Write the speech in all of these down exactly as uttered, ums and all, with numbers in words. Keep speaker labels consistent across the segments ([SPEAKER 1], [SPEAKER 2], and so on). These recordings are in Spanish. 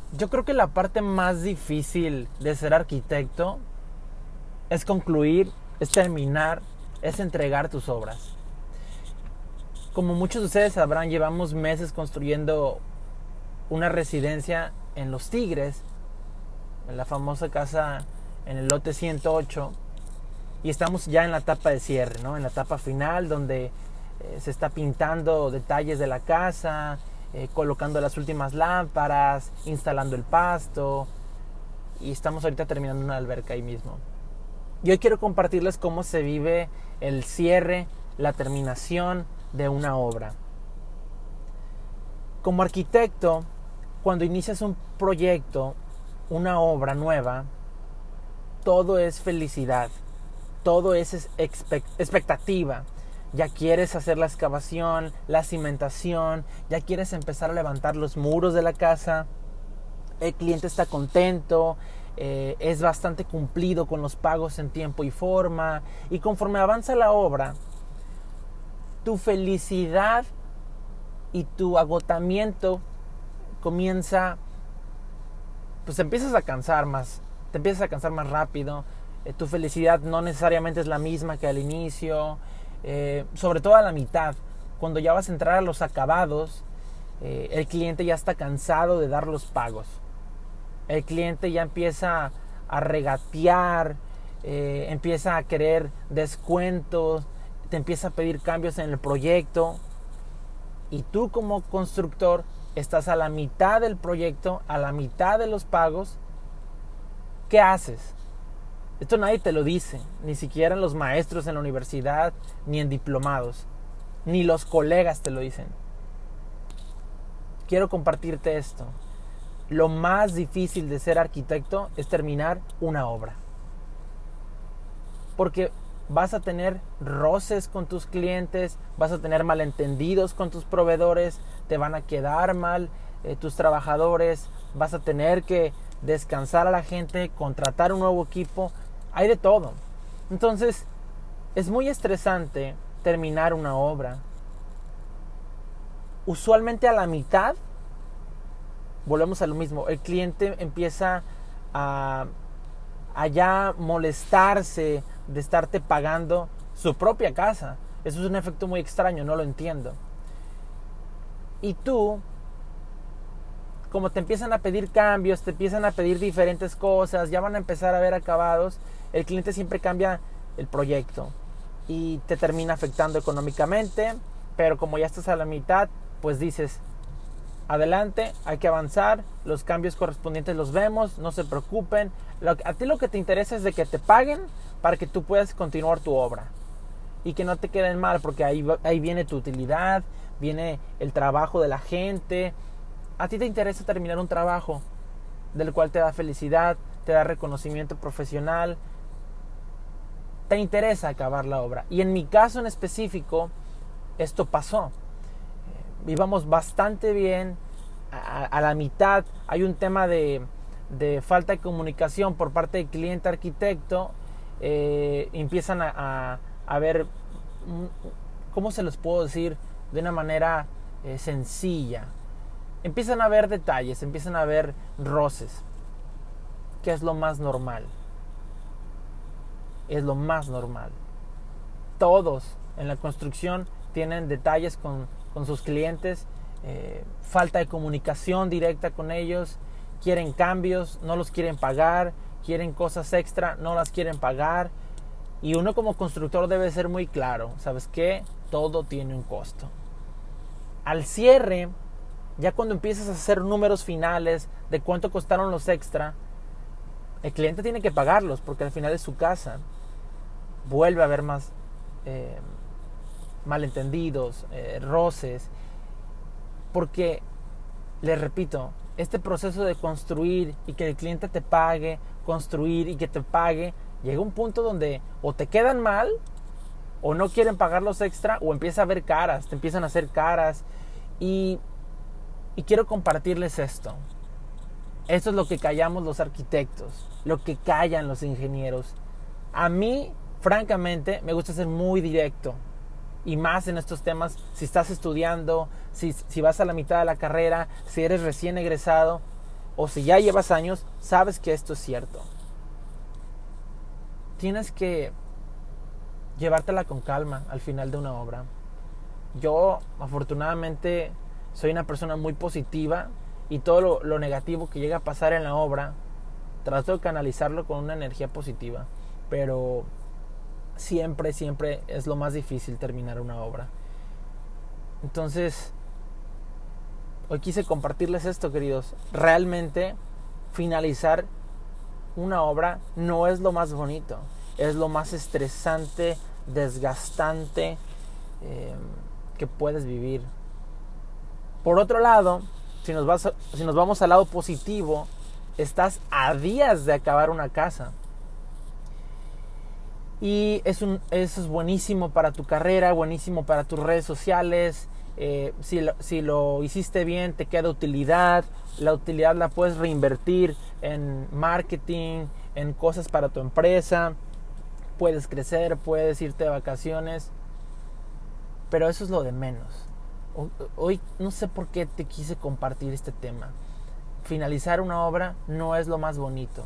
[SPEAKER 1] Yo creo que la parte más difícil de ser arquitecto es concluir, es terminar, es entregar tus obras. Como muchos de ustedes sabrán, llevamos meses construyendo una residencia en Los Tigres, en la famosa casa en el lote ciento ocho, y estamos ya en la etapa de cierre, ¿no? En la etapa final donde eh, se está pintando detalles de la casa, eh, colocando las últimas lámparas, instalando el pasto, y estamos ahorita terminando una alberca ahí mismo. Y hoy quiero compartirles cómo se vive el cierre, la terminación de una obra. Como arquitecto, cuando inicias un proyecto, una obra nueva, todo es felicidad, todo es expectativa. Ya quieres hacer la excavación, la cimentación, ya quieres empezar a levantar los muros de la casa, el cliente está contento, eh, es bastante cumplido con los pagos en tiempo y forma, y conforme avanza la obra, tu felicidad y tu agotamiento comienza, pues te empiezas a cansar más, te empiezas a cansar más rápido, eh, tu felicidad no necesariamente es la misma que al inicio, eh, sobre todo a la mitad, cuando ya vas a entrar a los acabados, eh, el cliente ya está cansado de dar los pagos, el cliente ya empieza a regatear, eh, empieza a querer descuentos, te empieza a pedir cambios en el proyecto, y tú como constructor estás a la mitad del proyecto, a la mitad de los pagos. ¿Qué haces? Esto nadie te lo dice, ni siquiera los maestros en la universidad, ni en diplomados, ni los colegas te lo dicen. Quiero compartirte esto. Lo más difícil de ser arquitecto es terminar una obra. Porque vas a tener roces con tus clientes, vas a tener malentendidos con tus proveedores, te van a quedar mal eh, tus trabajadores, vas a tener que descansar a la gente, contratar un nuevo equipo, hay de todo. Entonces, es muy estresante terminar una obra. Usualmente a la mitad, volvemos a lo mismo, el cliente empieza a, a ya molestarse de estarte pagando su propia casa. Eso es un efecto muy extraño, no lo entiendo. Y tú, como te empiezan a pedir cambios, te empiezan a pedir diferentes cosas, ya van a empezar a ver acabados, el cliente siempre cambia el proyecto y te termina afectando económicamente, pero como ya estás a la mitad, pues dices, adelante, hay que avanzar, los cambios correspondientes los vemos, no se preocupen. A ti lo que te interesa es de que te paguen para que tú puedas continuar tu obra y que no te queden mal, porque ahí, ahí viene tu utilidad, viene el trabajo de la gente. A ti te interesa terminar un trabajo del cual te da felicidad, te da reconocimiento profesional, te interesa acabar la obra. Y en mi caso en específico, esto pasó. Íbamos bastante bien, a, a la mitad hay un tema de, de falta de comunicación por parte del cliente arquitecto, eh, empiezan a, a, a ver, ¿cómo se los puedo decir de una manera eh, sencilla? Empiezan a ver detalles, empiezan a ver roces, que es lo más normal, es lo más normal. Todos en la construcción tienen detalles con con sus clientes, eh, falta de comunicación directa con ellos, quieren cambios, no los quieren pagar, quieren cosas extra, no las quieren pagar, y uno como constructor debe ser muy claro, ¿sabes qué? Todo tiene un costo. Al cierre, ya cuando empiezas a hacer números finales de cuánto costaron los extra, el cliente tiene que pagarlos, porque al final es su casa. Vuelve a haber más eh, malentendidos, eh, roces, porque, les repito, este proceso de construir y que el cliente te pague, construir y que te pague, llega un punto donde o te quedan mal, o no quieren pagar los extra, o empieza a haber caras, te empiezan a hacer caras, y, y quiero compartirles esto. Esto es lo que callamos los arquitectos, lo que callan los ingenieros. A mí, francamente, me gusta ser muy directo. Y más en estos temas, si estás estudiando, si, si vas a la mitad de la carrera, si eres recién egresado, o si ya llevas años, sabes que esto es cierto. Tienes que llevártela con calma al final de una obra. Yo, afortunadamente, soy una persona muy positiva y todo lo, lo negativo que llega a pasar en la obra, trato de canalizarlo con una energía positiva. Pero siempre, siempre es lo más difícil terminar una obra. Entonces, hoy quise compartirles esto, queridos. Realmente, finalizar una obra no es lo más bonito. Es lo más estresante, desgastante eh, que puedes vivir. Por otro lado, si nos, vas, si nos vamos al lado positivo, estás a días de acabar una casa. Y es un, eso es buenísimo para tu carrera, buenísimo para tus redes sociales. Eh, si, lo, si lo hiciste bien, te queda utilidad. La utilidad la puedes reinvertir en marketing, en cosas para tu empresa. Puedes crecer, puedes irte de vacaciones. Pero eso es lo de menos. Hoy no sé por qué te quise compartir este tema. Finalizar una obra no es lo más bonito.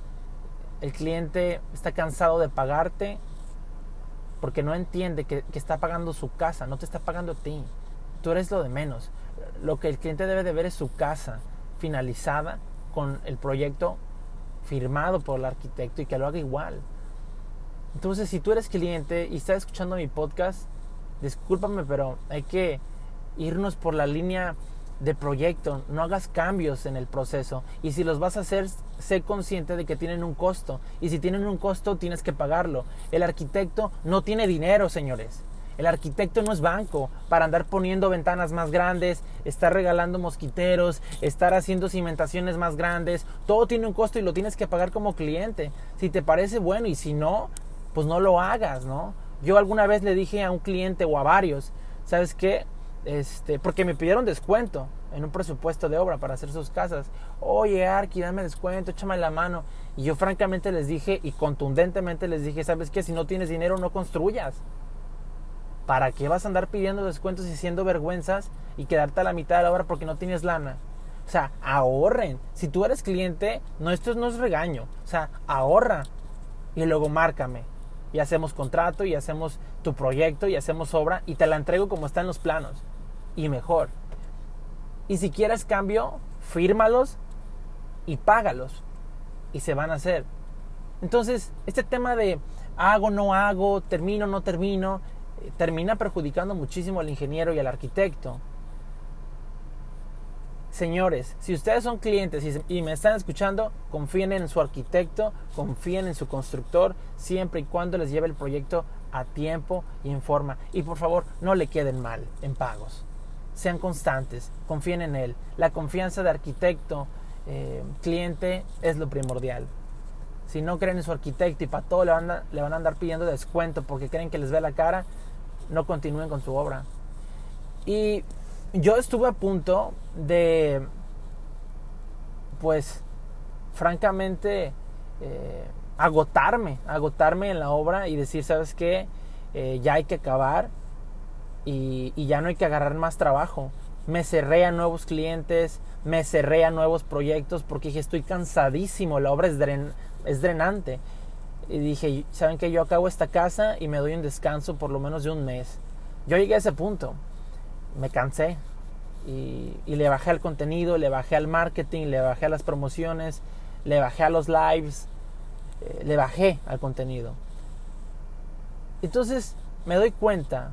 [SPEAKER 1] El cliente está cansado de pagarte porque no entiende que, que está pagando su casa, no te está pagando a ti. Tú eres lo de menos. Lo que el cliente debe de ver es su casa finalizada con el proyecto firmado por el arquitecto y que lo haga igual. Entonces, si tú eres cliente y estás escuchando mi podcast, discúlpame, pero hay que irnos por la línea de proyecto. No hagas cambios en el proceso, y si los vas a hacer, sé consciente de que tienen un costo, y si tienen un costo tienes que pagarlo. El arquitecto no tiene dinero, señores. El arquitecto no es banco para andar poniendo ventanas más grandes, estar regalando mosquiteros, estar haciendo cimentaciones más grandes. Todo tiene un costo y lo tienes que pagar como cliente. Si te parece bueno, y si no, pues no lo hagas, ¿no? Yo alguna vez le dije a un cliente o a varios, ¿sabes qué? Este, porque me pidieron descuento en un presupuesto de obra para hacer sus casas. Oye, Arqui, dame descuento, échame la mano. Y yo francamente les dije, y contundentemente les dije, ¿sabes qué? Si no tienes dinero, no construyas. ¿Para qué vas a andar pidiendo descuentos y haciendo vergüenzas y quedarte a la mitad de la obra porque no tienes lana? O sea, ahorren. Si tú eres cliente, no, esto no es regaño. O sea, ahorra y luego márcame. Y hacemos contrato, y hacemos tu proyecto, y hacemos obra, y te la entrego como está en los planos. Y mejor. Y si quieres cambio, fírmalos y págalos. Y se van a hacer. Entonces, este tema de hago, no hago, termino, no termino, eh, termina perjudicando muchísimo al ingeniero y al arquitecto. Señores, si ustedes son clientes y me están escuchando, confíen en su arquitecto, confíen en su constructor, siempre y cuando les lleve el proyecto a tiempo y en forma. Y por favor, no le queden mal en pagos. Sean constantes, confíen en él. La confianza de arquitecto, eh, cliente, es lo primordial. Si no creen en su arquitecto y para todo le van, a, le van a andar pidiendo descuento porque creen que les ve la cara, no continúen con su obra. Y yo estuve a punto de, pues, francamente, eh, agotarme, agotarme en la obra y decir, ¿sabes qué? Eh, ya hay que acabar y, y ya no hay que agarrar más trabajo. Me cerré a nuevos clientes, me cerré a nuevos proyectos porque dije, estoy cansadísimo, la obra es, dren, es drenante. Y dije, ¿saben qué? Yo acabo esta casa y me doy un descanso por lo menos de un mes. Yo llegué a ese punto. Me cansé y, y le bajé al contenido, le bajé al marketing, le bajé a las promociones, le bajé a los lives, eh, le bajé al contenido. Entonces me doy cuenta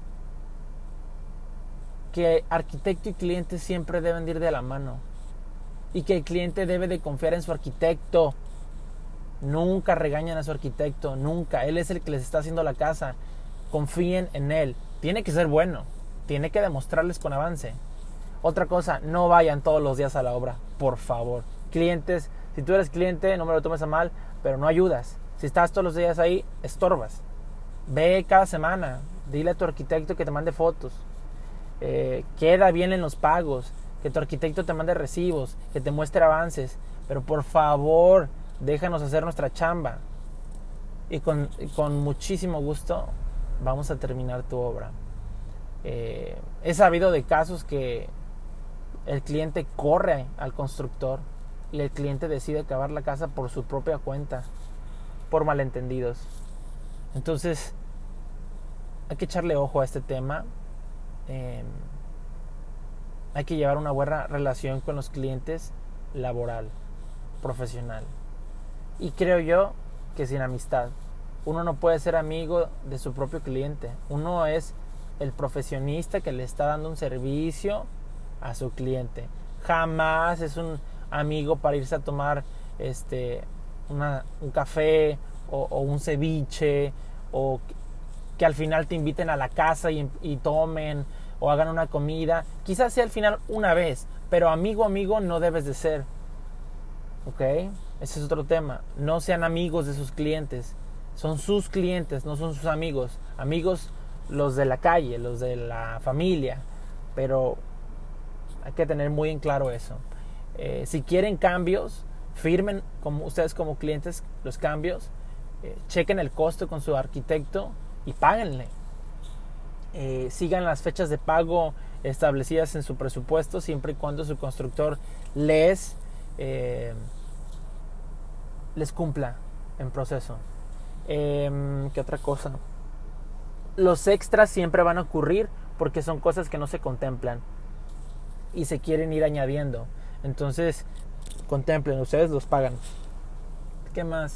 [SPEAKER 1] que arquitecto y cliente siempre deben ir de la mano y que el cliente debe de confiar en su arquitecto. Nunca regañan a su arquitecto, nunca. Él es el que les está haciendo la casa. Confíen en él. Tiene que ser bueno. Tiene que demostrarles con avance. Otra cosa, no vayan todos los días a la obra, por favor. Clientes, si tú eres cliente, no me lo tomes a mal, pero no ayudas. Si estás todos los días ahí, estorbas. Ve cada semana, dile a tu arquitecto que te mande fotos. Eh, queda bien en los pagos, que tu arquitecto te mande recibos, que te muestre avances. Pero por favor, déjanos hacer nuestra chamba. Y con, con muchísimo gusto vamos a terminar tu obra. Eh, he sabido de casos que el cliente corre al constructor y el cliente decide acabar la casa por su propia cuenta, por malentendidos. Entonces, hay que echarle ojo a este tema. Eh, hay que llevar una buena relación con los clientes, laboral, profesional. Y creo yo que sin amistad. Uno no puede ser amigo de su propio cliente. Uno es el profesionista que le está dando un servicio a su cliente. Jamás es un amigo para irse a tomar este, una, un café o, o un ceviche, o que, que al final te inviten a la casa y, y tomen o hagan una comida. Quizás sea al final una vez, pero amigo, amigo no debes de ser. ¿Ok? Ese es otro tema. No sean amigos de sus clientes. Son sus clientes, no son sus amigos. Amigos los de la calle, los de la familia. Pero hay que tener muy en claro eso. Eh, si quieren cambios, firmen como ustedes como clientes los cambios. Eh, chequen el costo con su arquitecto y páguenle. Eh, sigan las fechas de pago establecidas en su presupuesto, siempre y cuando su constructor les eh, les cumpla en proceso. Eh, ¿Qué otra cosa? Los extras siempre van a ocurrir porque son cosas que no se contemplan y se quieren ir añadiendo. Entonces, contemplen, ustedes los pagan. ¿Qué más?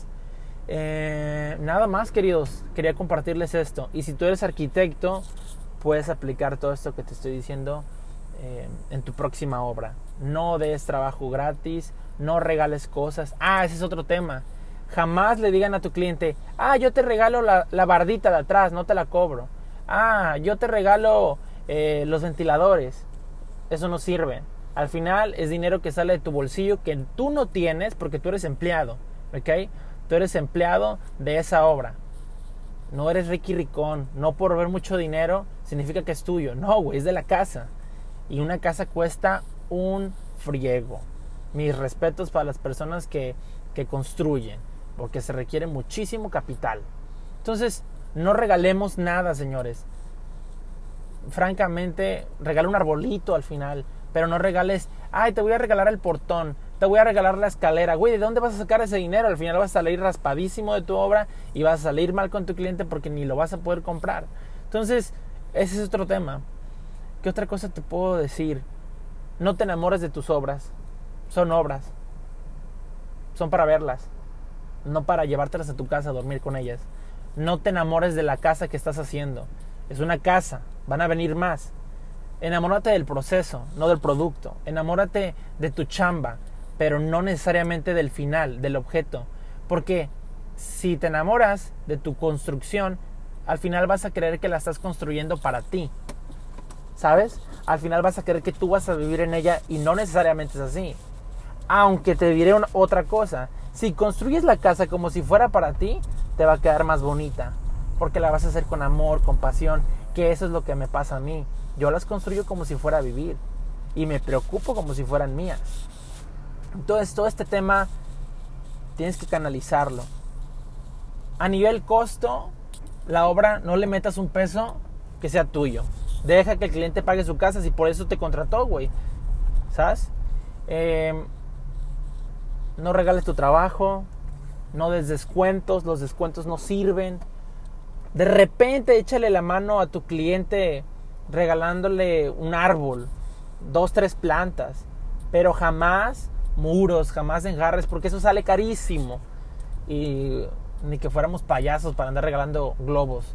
[SPEAKER 1] Eh, nada más, queridos. Quería compartirles esto. Y si tú eres arquitecto, puedes aplicar todo esto que te estoy diciendo eh, en tu próxima obra. No des trabajo gratis, no regales cosas. Ah, ese es otro tema. Jamás le digan a tu cliente: ah, yo te regalo la, la bardita de atrás, no te la cobro. Ah, yo te regalo eh, los ventiladores. Eso no sirve. Al final es dinero que sale de tu bolsillo que tú no tienes porque tú eres empleado. ¿Ok? Tú eres empleado de esa obra. No eres Ricky Ricón. No por ver mucho dinero significa que es tuyo. No, güey, es de la casa. Y una casa cuesta un friego. Mis respetos para las personas que, que construyen, porque se requiere muchísimo capital. Entonces, no regalemos nada, señores. Francamente, regala un arbolito al final, pero no regales: ay, te voy a regalar el portón, te voy a regalar la escalera. Güey, ¿de dónde vas a sacar ese dinero? Al final vas a salir raspadísimo de tu obra y vas a salir mal con tu cliente porque ni lo vas a poder comprar. Entonces, ese es otro tema. ¿Qué otra cosa te puedo decir? No te enamores de tus obras. Son obras. Son para verlas, no para llevártelas a tu casa a dormir con ellas. No te enamores de la casa que estás haciendo. Es una casa, van a venir más. Enamórate del proceso, no del producto. Enamórate de tu chamba, pero no necesariamente del final, del objeto. Porque si te enamoras de tu construcción, al final vas a creer que la estás construyendo para ti. ¿Sabes? Al final vas a creer que tú vas a vivir en ella y no necesariamente es así. Aunque te diré una, otra cosa. Si construyes la casa como si fuera para ti, te va a quedar más bonita. Porque la vas a hacer con amor, con pasión. Que eso es lo que me pasa a mí. Yo las construyo como si fuera a vivir. Y me preocupo como si fueran mías. Entonces, todo este tema tienes que canalizarlo. A nivel costo, la obra no le metas un peso que sea tuyo. Deja que el cliente pague su casa si por eso te contrató, güey. ¿Sabes? Eh, no regales tu trabajo. No des descuentos. Los descuentos no sirven. De repente échale la mano a tu cliente regalándole un árbol, dos, tres plantas, pero jamás muros, jamás enjarres, porque eso sale carísimo. Y ni que fuéramos payasos para andar regalando globos.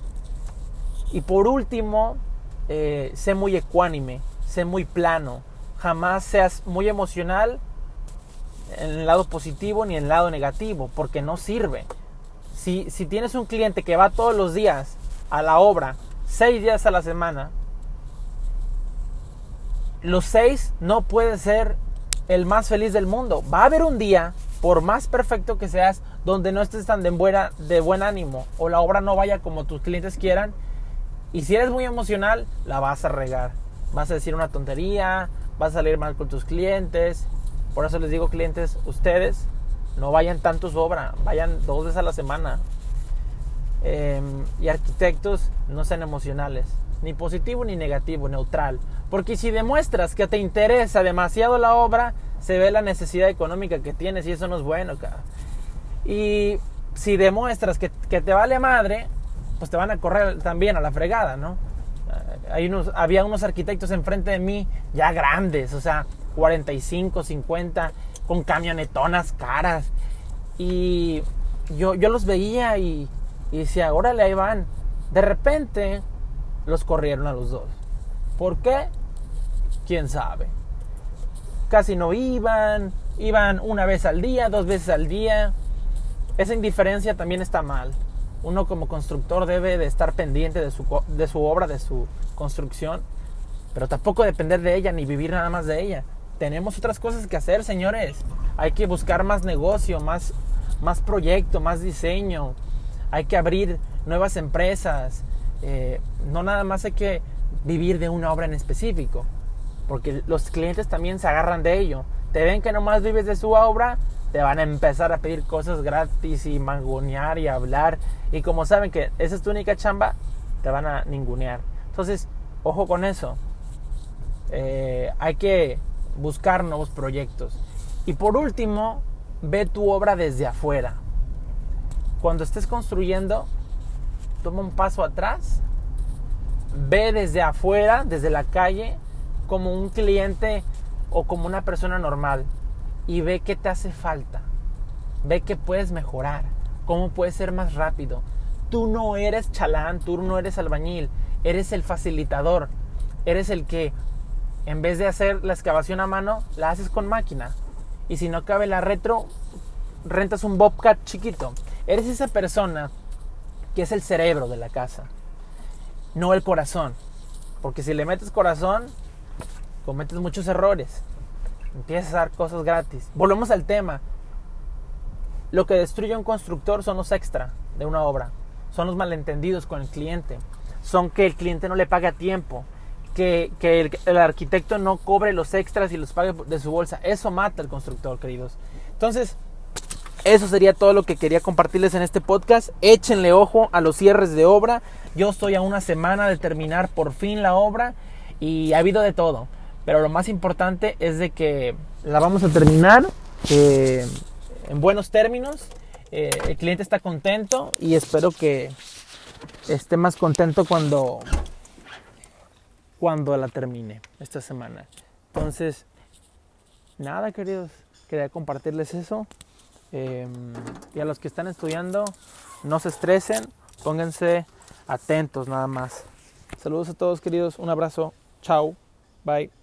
[SPEAKER 1] Y por último, eh, sé muy ecuánime, sé muy plano. Jamás seas muy emocional en el lado positivo ni en el lado negativo, porque no sirve. Si, si tienes un cliente que va todos los días a la obra, seis días a la semana, los seis no puedes ser el más feliz del mundo. Va a haber un día, por más perfecto que seas, donde no estés tan de, buena, de buen ánimo o la obra no vaya como tus clientes quieran. Y si eres muy emocional, la vas a regar. Vas a decir una tontería, vas a salir mal con tus clientes. Por eso les digo, clientes, ustedes no vayan tanto a su obra, vayan dos veces a la semana. Eh, y arquitectos, no sean emocionales. ni positivo ni negativo, neutral. Porque si demuestras que te interesa demasiado la obra, se ve la necesidad económica que tienes y eso no es bueno, cara. Y si demuestras que, que te vale madre, pues te van a correr también a la fregada, ¿no? Hay unos, había unos arquitectos enfrente de mí ya grandes, o sea, cuarenta y cinco, cincuenta, con camionetonas caras. Y yo, yo los veía y, y decía, órale, ahí van. De repente los corrieron a los dos. ¿Por qué? ¿Quién sabe? Casi no iban, iban una vez al día, dos veces al día. Esa indiferencia también está mal. Uno como constructor debe de estar pendiente de su, de su obra, de su construcción, pero tampoco depender de ella ni vivir nada más de ella. Tenemos otras cosas que hacer, señores. Hay que buscar más negocio, más, más proyecto, más diseño. Hay que abrir nuevas empresas. Eh, no nada más hay que vivir de una obra en específico, porque los clientes también se agarran de ello. Te ven que nomás vives de su obra, te van a empezar a pedir cosas gratis y mangonear y hablar. Y como saben que esa es tu única chamba, te van a ningunear. Entonces, ojo con eso. Eh, hay que buscar nuevos proyectos. Y por último, ve tu obra desde afuera. Cuando estés construyendo, toma un paso atrás. Ve desde afuera, desde la calle, como un cliente o como una persona normal. Y ve qué te hace falta. Ve qué puedes mejorar. Cómo puedes ser más rápido. Tú no eres chalán, tú no eres albañil. Eres el facilitador. Eres el que, en vez de hacer la excavación a mano, la haces con máquina. Y si no cabe la retro, rentas un Bobcat chiquito. Eres esa persona que es el cerebro de la casa, no el corazón. Porque si le metes corazón, cometes muchos errores. Empiezas a dar cosas gratis. Volvemos al tema. Lo que destruye a un constructor son los extra de una obra. Son los malentendidos con el cliente. Son que el cliente no le pague a tiempo. Que, que el, el arquitecto no cobre los extras y los pague de su bolsa. Eso mata al constructor, queridos. Entonces, eso sería todo lo que quería compartirles en este podcast. Échenle ojo a los cierres de obra. Yo estoy a una semana de terminar por fin la obra y ha habido de todo. Pero lo más importante es de que la vamos a terminar eh, en buenos términos. Eh, el cliente está contento y espero que esté más contento cuando, cuando la termine esta semana. Entonces, nada, queridos, quería compartirles eso. Eh, y a los que están estudiando, no se estresen, pónganse atentos nada más. Saludos a todos, queridos, un abrazo, chao, bye.